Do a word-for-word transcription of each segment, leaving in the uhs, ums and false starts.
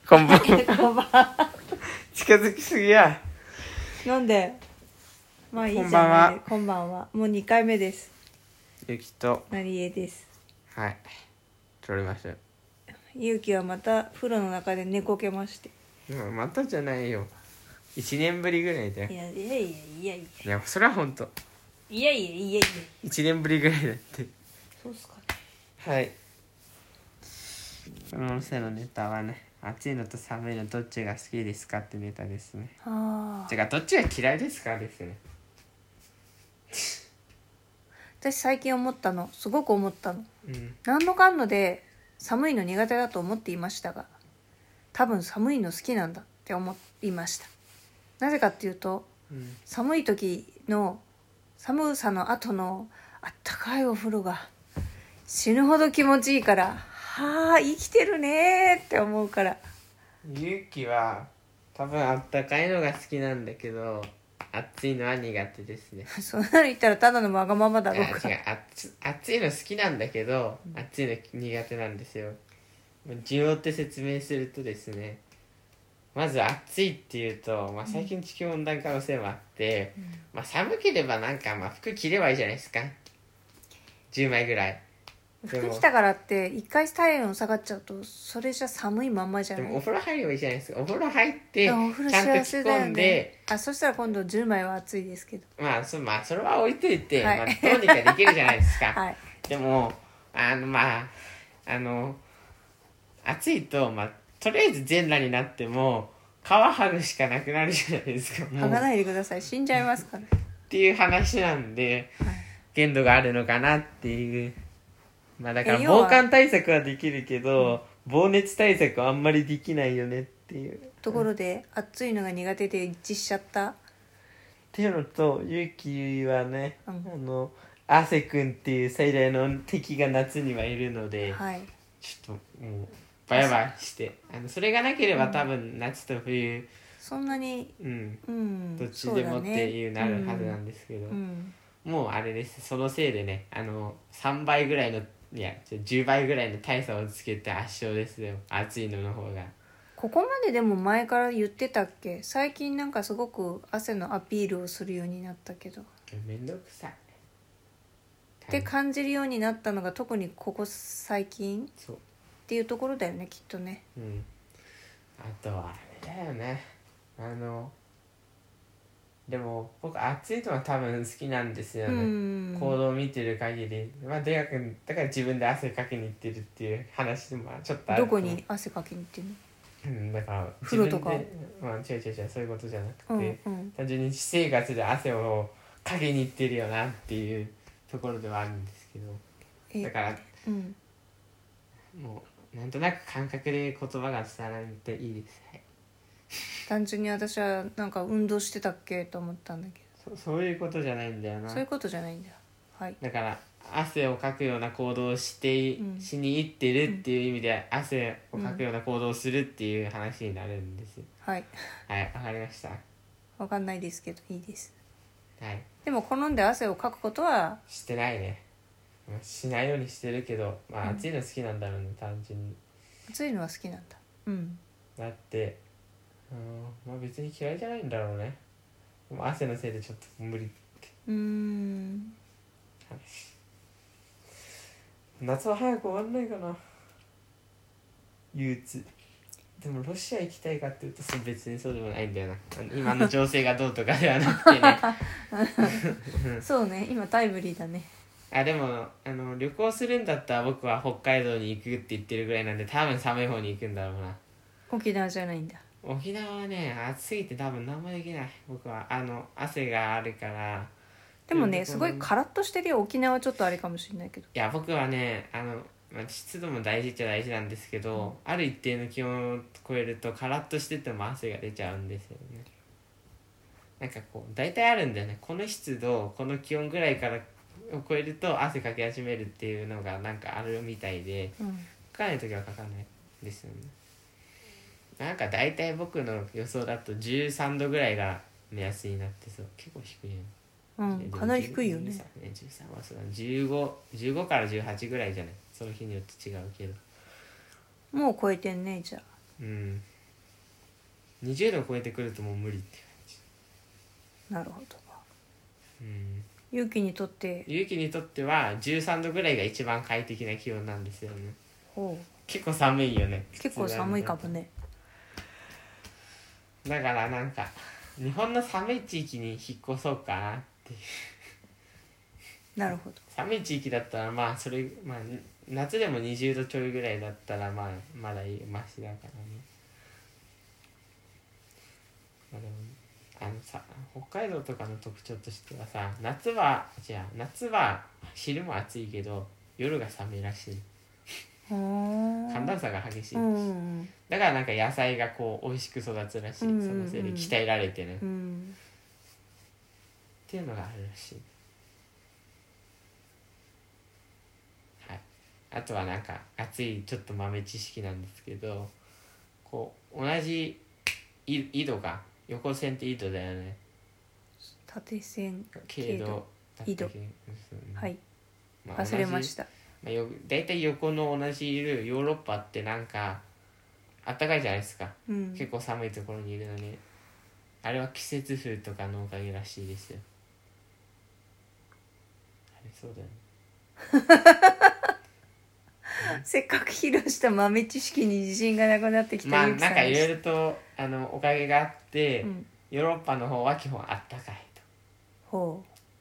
こんばんこんばんは。 近づきすぎや。 なんでまあいいじゃない。 こんばんは。 こんばんは。もうにかいめです。 ゆきとなりえです。 はい撮りました。 ゆうきはまた風呂の中で寝こけまして。 うんまたじゃないよ。いちねんぶりぐらいだよ。 いやいやいやいやいやいやそれはほんといやいやいやいや。 いちねんぶりぐらいだって。 そうっすかね。 はいこの店のネタはね、暑いのと寒いのどっちが好きですかってネタですね。 はあ。 てかどっちが嫌いですかですね。 私最近思ったの、すごく思ったの。 うんなんのかんので寒いの苦手だと思っていましたが、多分寒いの好きなんだって思いました。なぜかっていうと、 うん寒い時の寒さの後のあったかいお風呂が死ぬほど気持ちいいから、はあ生きてるねーって思うから。 ゆうきは多分あったかいのが好きなんだけど暑いのは苦手ですね。 そんなの言ったらただのわがままだろうか。 あ違う暑暑いの好きなんだけど、うん、暑いの苦手なんですよ。需要って説明するとですね、まず暑いっていうと、まあ、最近地球温暖化のせいもあって、うんまあ、寒ければなんかまあ服着ればいいじゃないですか、じゅうまいぐらい。 服着たからって一回体温下がっちゃうとそれじゃ寒いまんまじゃない。 でもお風呂入ればいいじゃないですか。お風呂入ってちゃんと着込んで、 ね、あそしたら今度じゅうまいは暑いですけど、 まあ そ,、まあ、それは置いといて、 はいまあ、どうにかできるじゃないですか、 はい、 でもあのまああの暑いと、まあ、とりあえず全裸になっても皮剥ぐしかなくなるじゃないですか。もう剥がないでください、死んじゃいますからっていう話なんで、はい、限度があるのかなっていう。まあだから防寒対策はできるけど、うん、防熱対策はあんまりできないよねっていうところで、うん、暑いのが苦手で一致しちゃったっていうのと、ゆうきはね、 うん、 あの汗くんっていう最大の敵が夏にはいるので、 はい、 ちょっともうバイバイしてあのそれがなければ多分夏と冬、うん、 そんなに、 うんうん、 どっちでもっていうなるはずなんですけど、 うんうん、 もうあれです。そのせいでね、あのさんばいぐらいのいやじゅうばいぐらいの大差をつけて圧勝ですよ、暑いのの方が。 ここまででも前から言ってたっけ？最近なんかすごく汗のアピールをするようになったけど、 めんどくさいって感じるようになったのが特にここ最近そうっていうところだよね、きっとね。 うんあとはあれだよね、あのでも僕暑いのは多分好きなんですよね。行動を見てる限り、まあとにかくだから自分で汗かきに行ってるっていう話でもちょっとある。 どこに汗かきに行ってるの？ うん、だから風呂とか、 まあ、違う違う違うそういうことじゃなくて、 うんうん、 単純に私生活で汗をかけに行ってるよなっていうところではあるんですけど、だから、 うん、 もうなんとなく感覚で言葉が伝わられていいです、はい、 単純に私はなんか運動してたっけと思ったんだけど、そ, そういうことじゃないんだよな。 そういうことじゃないんだよ、はい、 だから汗をかくような行動をして、うん、しに行ってるっていう意味で、うん、汗をかくような行動をするっていう話になるんですよ、 うん、はいはいわかりました。 わかんないですけどいいです、 はい、 でも好んで汗をかくことはしてないね。しないようにしてるけど、まあ暑いの好きなんだろうね、うん、単純に暑いのは好きなんだ。うんだってうんまあ別に嫌いじゃないんだろうね。でも汗のせいでちょっと無理って。 うーん夏は早く終わんないかな、憂鬱。でもロシア行きたいかっていうと別にそうでもないんだよな。今の情勢がどうとかではなくてねそうね、今タイムリーだね。 あでもあの旅行するんだったら僕は北海道に行くって言ってるぐらいなんで、多分寒い方に行くんだろうな。 沖縄じゃないんだ。 沖縄はね暑すぎて多分何もできない。僕はあの汗があるから。 でもねすごいカラッとしてるよ。沖縄はちょっとあれかもしれないけど、 いや僕はねあの、まあ、湿度も大事っちゃ大事なんですけど、うん、ある一定の気温を超えるとカラッとしてても汗が出ちゃうんですよね。なんかこう大体あるんだよね、この湿度この気温ぐらいからを超えると汗かき始めるっていうのがなんかあるみたいで、うん、かかない時はかかんないですよね。なんか大体僕の予想だとじゅうさんどぐらいが目安になってそう、結構低いよね。 うん、かなり低いよね。 じゅうさんはそうだ、じゅうご、じゅうごからじゅうはちぐらいじゃない、その日によって違うけど。 もう超えてんねじゃあ。 うんにじゅうど超えてくるともう無理ってなるほど。 感じ。うん、 ゆうきにとって。 ゆうきにとってはじゅうさんどぐらいが一番快適な気温なんですよね。 ほう、 結構寒いよね。 結構寒いかもね。 だからなんか日本の寒い地域に引っ越そうかなっていう。 なるほど。 寒い地域だったらまあそれまあ夏でもにじゅうどちょいぐらいだったらまあまだいいマシだからね。まあでもあのさ北海道とかの特徴としてはさ、夏はじゃあ夏は昼も暑いけど夜が寒いらしい。 ほー寒暖差が激しい、 うんうんだからなんか野菜がこう美味しく育つらしい、 うんうんうんそのせいで鍛えられてね、 うん。 っていうのがあるらしい。はい、あとはなんか熱いちょっと豆知識なんですけど、こう同じい緯度が横線って緯度だよね。 縦線経度だったっけ。 緯度うん、 はい、 まあ忘れました。 まあ、よだいたい横の同じいるヨーロッパってなんかあったかいじゃないですか、 うん、 結構寒いところにいるのに、あれは季節風とかのおかげらしいですよ。あれそうだよねせっかく披露した豆知識に自信がなくなってきまあたゆきさんなんかいろいでろとあのおかげがあって、 す。うん、 ヨーロッパの方は基本あったかいほ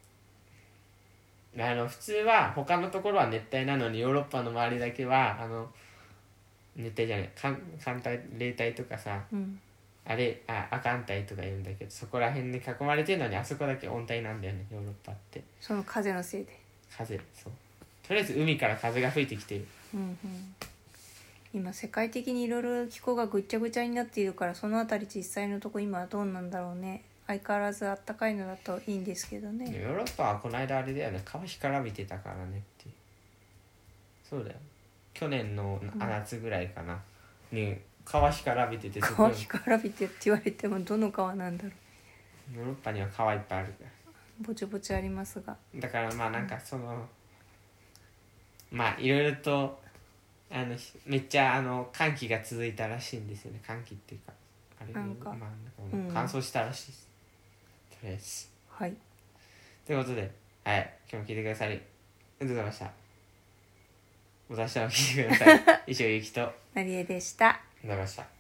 と。あの普通は他のところは熱帯なのにヨーロッパの周りだけはあの熱帯じゃない寒寒帯冷帯とかさ、 う、うん、 あれあ亜寒帯とか言うんだけど、そこら辺に囲まれてるのにあそこだけ温帯なんだよねヨーロッパって。 その風のせいで。 風そうとりあえず海から風が吹いてきてる。 うんうん、今世界的にいろいろ気候がぐっちゃぐちゃになっているから、そのあたり実際のとこ今はどうなんだろうね。相変わらずあったかいのだといいんですけどね。 ヨーロッパはこの間あれだよね、川干からびてたからねっていう。そうだよ、去年の夏ぐらいかな、うん、に川干からびてて、 川干からびてって言われてもどの川なんだろう。 ヨーロッパには川いっぱいあるからぼちぼちありますが、 だからまあなんかその、うん、まあいろいろとあのめっちゃあの寒気が続いたらしいんですよね。寒気っていうかあれなんか、 まあ、なんか乾燥したらしいです、うん、とりあえずはいということで、はい、今日も聞いてくださりありがとうございました。また明日も聞いてください以上ゆきとなりえでした。 ありがとうございました。